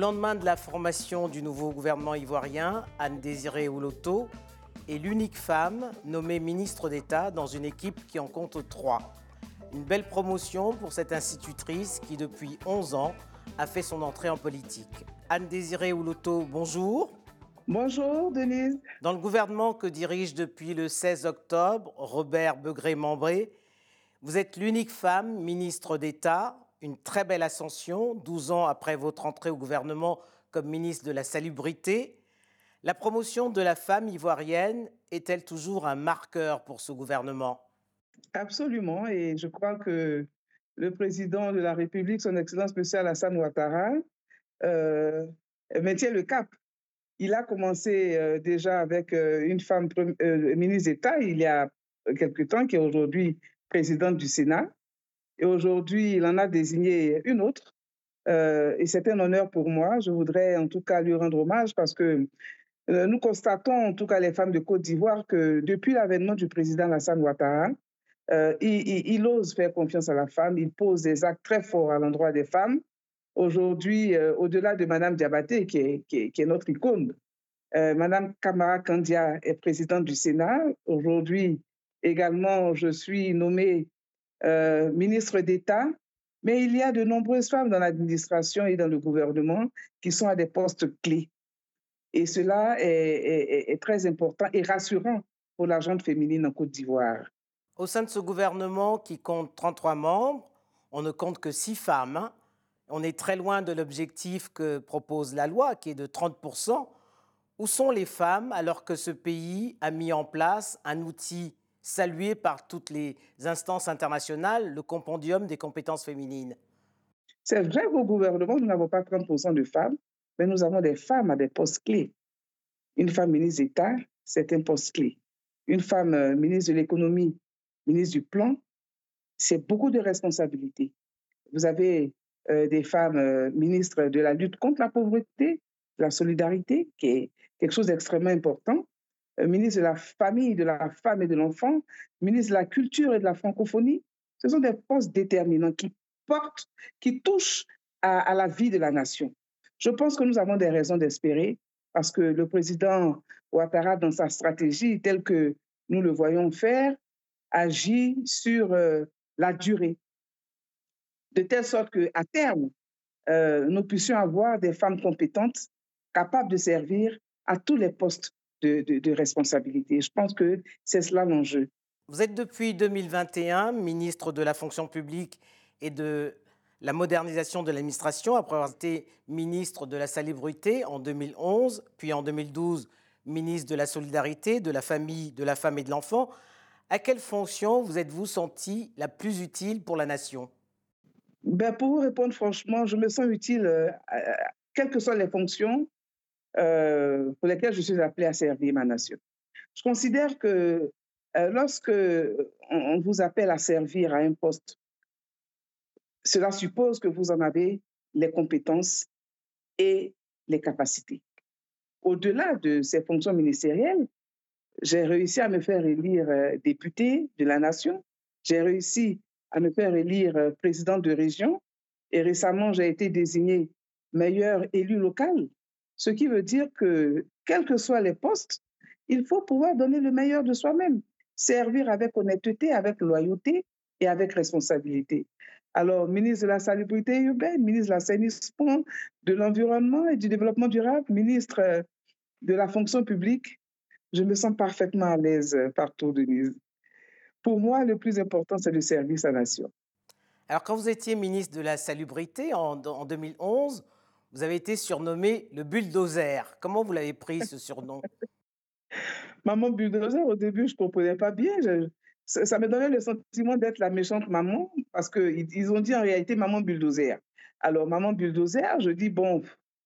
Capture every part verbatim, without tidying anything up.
lendemain de la formation du nouveau gouvernement ivoirien, Anne Désiré Oloto est l'unique femme nommée ministre d'État dans une équipe qui en compte trois. Une belle promotion pour cette institutrice qui, depuis onze ans, a fait son entrée en politique. Anne Désiré Oloto, bonjour. Bonjour Denise. Dans le gouvernement que dirige depuis le seize octobre Robert Begré-Membré, vous êtes l'unique femme ministre d'État, une très belle ascension, douze ans après votre entrée au gouvernement comme ministre de la Salubrité. La promotion de la femme ivoirienne est-elle toujours un marqueur pour ce gouvernement ? Absolument, et je crois que le président de la République, son Excellence M. Alassane Ouattara, euh, maintient le cap. Il a commencé euh, déjà avec euh, une femme euh, ministre d'État il y a quelque temps, qui est aujourd'hui présidente du Sénat. Et aujourd'hui, il en a désigné une autre. Euh, et c'est un honneur pour moi. Je voudrais en tout cas lui rendre hommage parce que euh, nous constatons, en tout cas les femmes de Côte d'Ivoire, que depuis l'avènement du président Alassane Ouattara, euh, il, il, il ose faire confiance à la femme, il pose des actes très forts à l'endroit des femmes. Aujourd'hui, euh, au-delà de Mme Diabaté, qui est, qui est, qui est notre icône, euh, Mme Kamara Kandia est présidente du Sénat. Aujourd'hui, également, je suis nommée euh, ministre d'État. Mais il y a de nombreuses femmes dans l'administration et dans le gouvernement qui sont à des postes clés. Et cela est, est, est très important et rassurant pour la gente féminine en Côte d'Ivoire. Au sein de ce gouvernement qui compte trente-trois membres, on ne compte que six femmes. Hein. On est très loin de l'objectif que propose la loi, qui est de trente pour cent. Où sont les femmes alors que ce pays a mis en place un outil salué par toutes les instances internationales, le compendium des compétences féminines ? C'est vrai qu'au gouvernement, nous n'avons pas trente pour cent de femmes, mais nous avons des femmes à des postes clés. Une femme ministre d'État, c'est un poste clé. Une femme euh, ministre de l'économie, ministre du plan, c'est beaucoup de responsabilités. Vous avez euh, des femmes euh, ministres de la lutte contre la pauvreté, de la solidarité, qui est quelque chose d'extrêmement important, euh, ministre de la famille, de la femme et de l'enfant, ministre de la culture et de la francophonie. Ce sont des postes déterminants qui portent, qui touchent à, à la vie de la nation. Je pense que nous avons des raisons d'espérer parce que le président Ouattara, dans sa stratégie telle que nous le voyons faire, agit sur euh, la durée, de telle sorte qu'à terme, euh, nous puissions avoir des femmes compétentes capables de servir à tous les postes de, de, de responsabilité. Je pense que c'est cela l'enjeu. Vous êtes depuis deux mille vingt et un ministre de la fonction publique et de la modernisation de l'administration, après avoir été ministre de la Salubrité en deux mille onze, puis en deux mille douze, ministre de la Solidarité, de la Famille, de la Femme et de l'Enfant. À quelle fonction vous êtes-vous senti la plus utile pour la nation ? Ben, pour vous répondre franchement, je me sens utile, euh, à, quelles que soient les fonctions euh, pour lesquelles je suis appelée à servir ma nation. Je considère que euh, lorsque on, on vous appelle à servir à un poste, cela suppose que vous en avez les compétences et les capacités. Au-delà de ces fonctions ministérielles, j'ai réussi à me faire élire euh, député de la nation, j'ai réussi à me faire élire euh, président de région et récemment j'ai été désigné meilleur élu local, ce qui veut dire que, quels que soient les postes, il faut pouvoir donner le meilleur de soi-même, servir avec honnêteté, avec loyauté et avec responsabilité. Alors, ministre de la Salubrité urbaine, ministre de l'Assainissement, de l'Environnement et du Développement durable, ministre de la Fonction publique, je me sens parfaitement à l'aise partout, Denise. Pour moi, le plus important, c'est le service à la nation. Alors, quand vous étiez ministre de la Salubrité en, en deux mille onze, vous avez été surnommé le bulldozer. Comment vous l'avez pris, ce surnom ? Maman bulldozer, au début, je ne comprenais pas bien. Je, ça, ça me donnait le sentiment d'être la méchante maman parce qu'ils ils ont dit en réalité maman bulldozer. Alors, maman bulldozer, je dis, bon,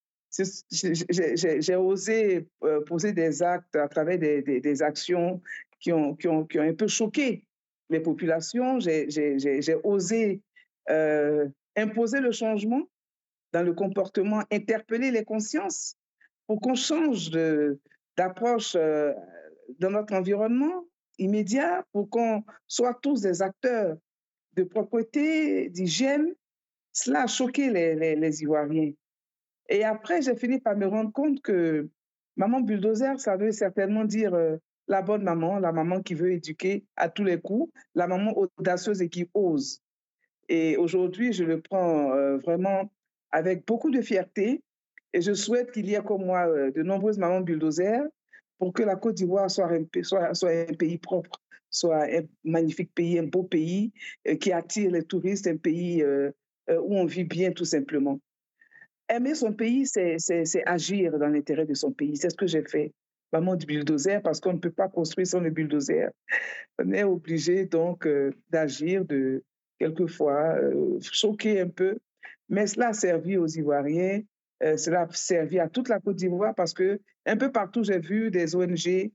j'ai osé poser des actes à travers des, des, des actions qui ont, qui, ont, qui ont un peu choqué les populations. J'ai osé euh, imposer le changement dans le comportement, interpeller les consciences pour qu'on change d'approche euh, dans notre environnement immédiat, pour qu'on soit tous des acteurs de propreté, d'hygiène. Cela a choqué les, les, les Ivoiriens. Et après, j'ai fini par me rendre compte que maman bulldozer, ça veut certainement dire euh, la bonne maman, la maman qui veut éduquer à tous les coups, la maman audacieuse et qui ose. Et aujourd'hui, je le prends euh, vraiment avec beaucoup de fierté. Et je souhaite qu'il y ait comme moi euh, de nombreuses mamans bulldozers pour que la Côte d'Ivoire soit un, pa- soit, soit un pays propre, soit un magnifique pays, un beau pays euh, qui attire les touristes, un pays euh, euh, où on vit bien tout simplement. Aimer son pays, c'est c'est- c'est agir dans l'intérêt de son pays. C'est ce que j'ai fait. Maman du bulldozer, parce qu'on ne peut pas construire sans le bulldozer. On est obligé donc euh, d'agir, de quelquefois euh, choquer un peu. Mais cela a servi aux Ivoiriens, euh, cela a servi à toute la Côte d'Ivoire parce que un peu partout, j'ai vu des O N G,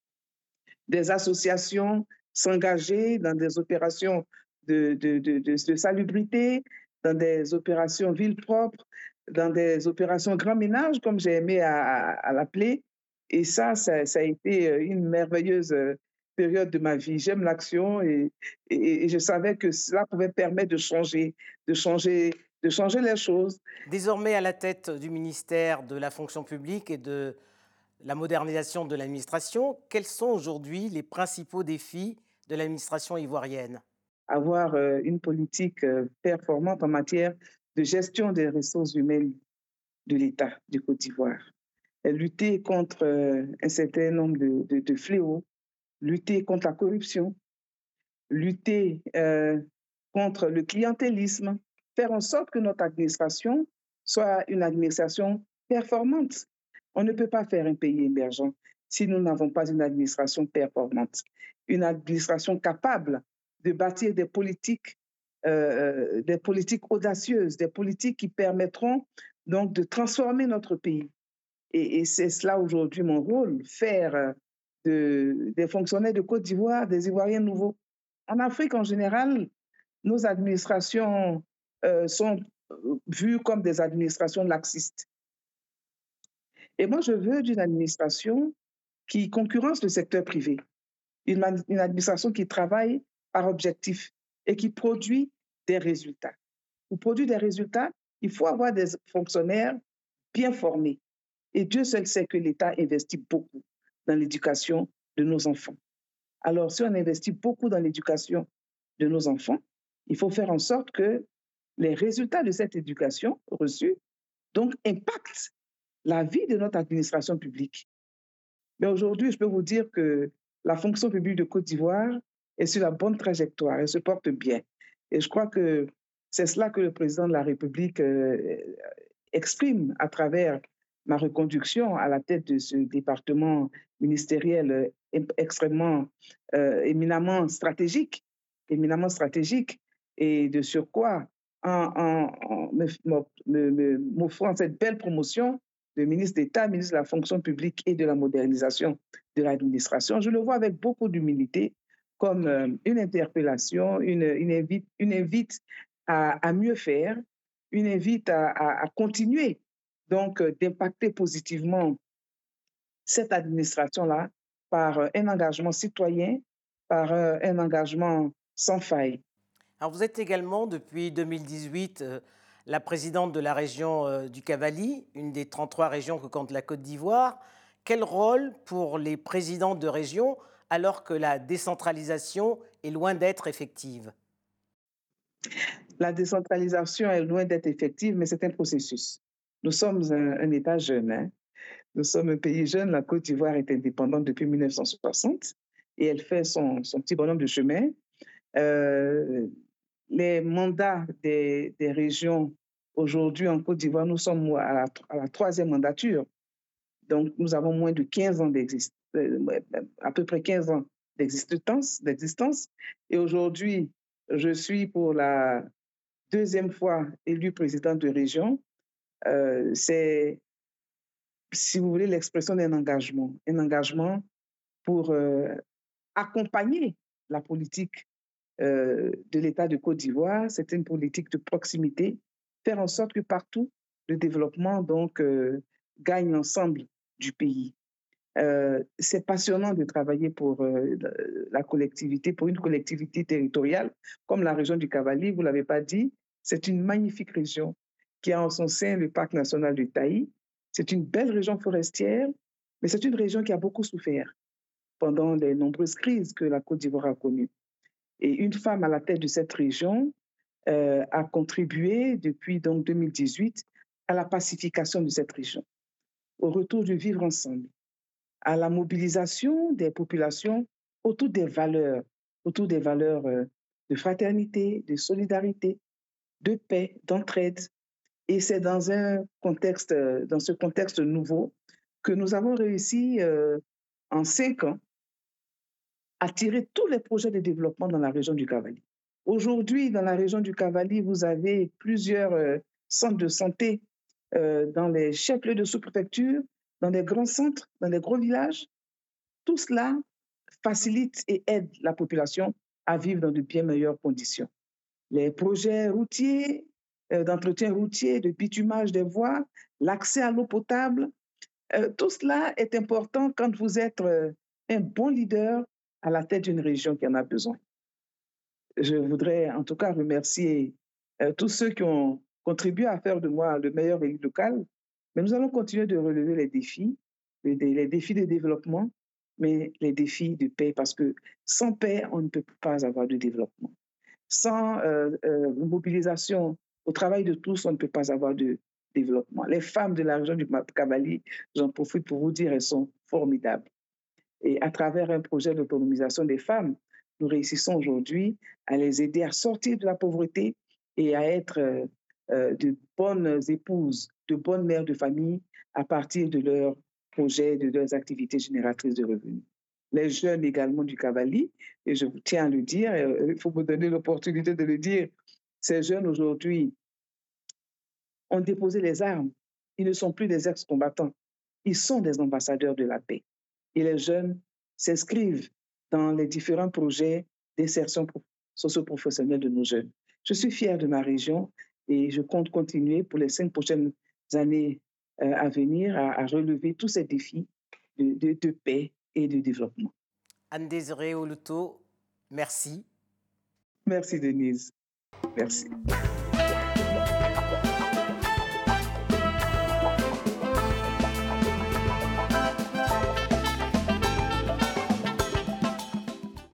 des associations s'engager dans des opérations de, de, de, de, de salubrité, dans des opérations ville propre, dans des opérations grand ménage, comme j'ai aimé à, à, à l'appeler. Et ça, ça, ça a été euh, une merveilleuse euh, période de ma vie. J'aime l'action et, et, et je savais que cela pouvait permettre de changer, de changer, de changer les choses. Désormais à la tête du ministère de la fonction publique et de la modernisation de l'administration, quels sont aujourd'hui les principaux défis de l'administration ivoirienne? Avoir euh, une politique euh, performante en matière de gestion des ressources humaines de l'État du Côte d'Ivoire. Lutter contre euh, un certain nombre de, de, de fléaux, lutter contre la corruption, lutter euh, contre le clientélisme, faire en sorte que notre administration soit une administration performante. On ne peut pas faire un pays émergent si nous n'avons pas une administration performante, une administration capable de bâtir des politiques, euh, des politiques audacieuses, des politiques qui permettront donc de transformer notre pays. Et, et c'est cela aujourd'hui mon rôle, faire euh, de, des fonctionnaires de Côte d'Ivoire des Ivoiriens nouveaux. En Afrique en général, nos administrations euh, sont euh, vues comme des administrations laxistes. Et moi, je veux d'une administration qui concurrence le secteur privé, une, une administration qui travaille par objectif et qui produit des résultats. Pour produire des résultats, il faut avoir des fonctionnaires bien formés. Et Dieu seul sait que l'État investit beaucoup dans l'éducation de nos enfants. Alors, si on investit beaucoup dans l'éducation de nos enfants, il faut faire en sorte que les résultats de cette éducation reçue donc impactent la vie de notre administration publique. Mais aujourd'hui, je peux vous dire que la fonction publique de Côte d'Ivoire est sur la bonne trajectoire, elle se porte bien. Et je crois que c'est cela que le président de la République euh, exprime à travers ma reconduction à la tête de ce département ministériel euh, extrêmement, euh, éminemment stratégique, éminemment stratégique, et de surcroît, en, en, en m'offrant cette belle promotion de ministre d'État, ministre de la fonction publique et de la modernisation de l'administration, je le vois avec beaucoup d'humilité comme euh, une interpellation, une, une, invite, une invite à, à mieux faire, une invite à, à, à continuer donc euh, d'impacter positivement cette administration-là par euh, un engagement citoyen, par euh, un engagement sans faille. Alors vous êtes également, depuis deux mille dix-huit, euh, la présidente de la région euh, du Cavali, une des trente-trois régions que compte la Côte d'Ivoire. Quel rôle pour les présidents de région alors que la décentralisation est loin d'être effective? La décentralisation est loin d'être effective, mais c'est un processus. Nous sommes un, un État jeune. Hein? Nous sommes un pays jeune. La Côte d'Ivoire est indépendante depuis mille neuf cent soixante et elle fait son, son petit bonhomme de chemin. Euh, les mandats des, des régions aujourd'hui en Côte d'Ivoire, nous sommes à la, à la troisième mandature. Donc, nous avons moins de quinze ans d'existence, à peu près quinze ans d'existence. d'existence. Et aujourd'hui, je suis pour la deuxième fois élu président de région. Euh, c'est, si vous voulez, l'expression d'un engagement, un engagement pour euh, accompagner la politique euh, de l'État de Côte d'Ivoire. C'est une politique de proximité, faire en sorte que partout, le développement donc euh, gagne l'ensemble du pays. Euh, c'est passionnant de travailler pour euh, la collectivité, pour une collectivité territoriale comme la région du Cavali, vous ne l'avez pas dit, c'est une magnifique région. qui a en son sein le parc national du Taï. C'est une belle région forestière, mais c'est une région qui a beaucoup souffert pendant les nombreuses crises que la Côte d'Ivoire a connues. Et une femme à la tête de cette région euh, a contribué depuis donc deux mille dix-huit à la pacification de cette région, au retour du vivre ensemble, à la mobilisation des populations autour des valeurs, autour des valeurs euh, de fraternité, de solidarité, de paix, d'entraide. Et c'est dans un contexte, euh, dans ce contexte nouveau que nous avons réussi euh, en cinq ans à tirer tous les projets de développement dans la région du Cavali. Aujourd'hui, dans la région du Cavali, vous avez plusieurs euh, centres de santé euh, dans les chefs-lieux de sous-préfecture, dans les grands centres, dans les gros villages. Tout cela facilite et aide la population à vivre dans de bien meilleures conditions. Les projets routiers, euh, d'entretien routier, de bitumage des voies, l'accès à l'eau potable, euh, tout cela est important quand vous êtes euh, un bon leader à la tête d'une région qui en a besoin. Je voudrais en tout cas remercier euh, tous ceux qui ont contribué à faire de moi le meilleur élu local, mais nous allons continuer de relever les défis, les, les défis de développement, mais les défis de paix, parce que sans paix, on ne peut pas avoir de développement. Sans euh, euh, mobilisation au travail de tous, on ne peut pas avoir de développement. Les femmes de la région du Cavali, j'en profite pour vous dire, elles sont formidables. Et à travers un projet d'autonomisation des femmes, nous réussissons aujourd'hui à les aider à sortir de la pauvreté et à être euh, euh, de bonnes épouses, de bonnes mères de famille à partir de leurs projets, de leurs activités génératrices de revenus. Les jeunes également du Cavali, et je tiens à le dire, il faut me donner l'opportunité de le dire, ces jeunes aujourd'hui ont déposé les armes. Ils ne sont plus des ex-combattants. Ils sont des ambassadeurs de la paix. Et les jeunes s'inscrivent dans les différents projets d'insertion socio-professionnelle de nos jeunes. Je suis fière de ma région et je compte continuer pour les cinq prochaines années euh, à venir à, à relever tous ces défis de, de, de paix et de développement. Anne-Désirée Oloto, merci. Merci Denise. Merci.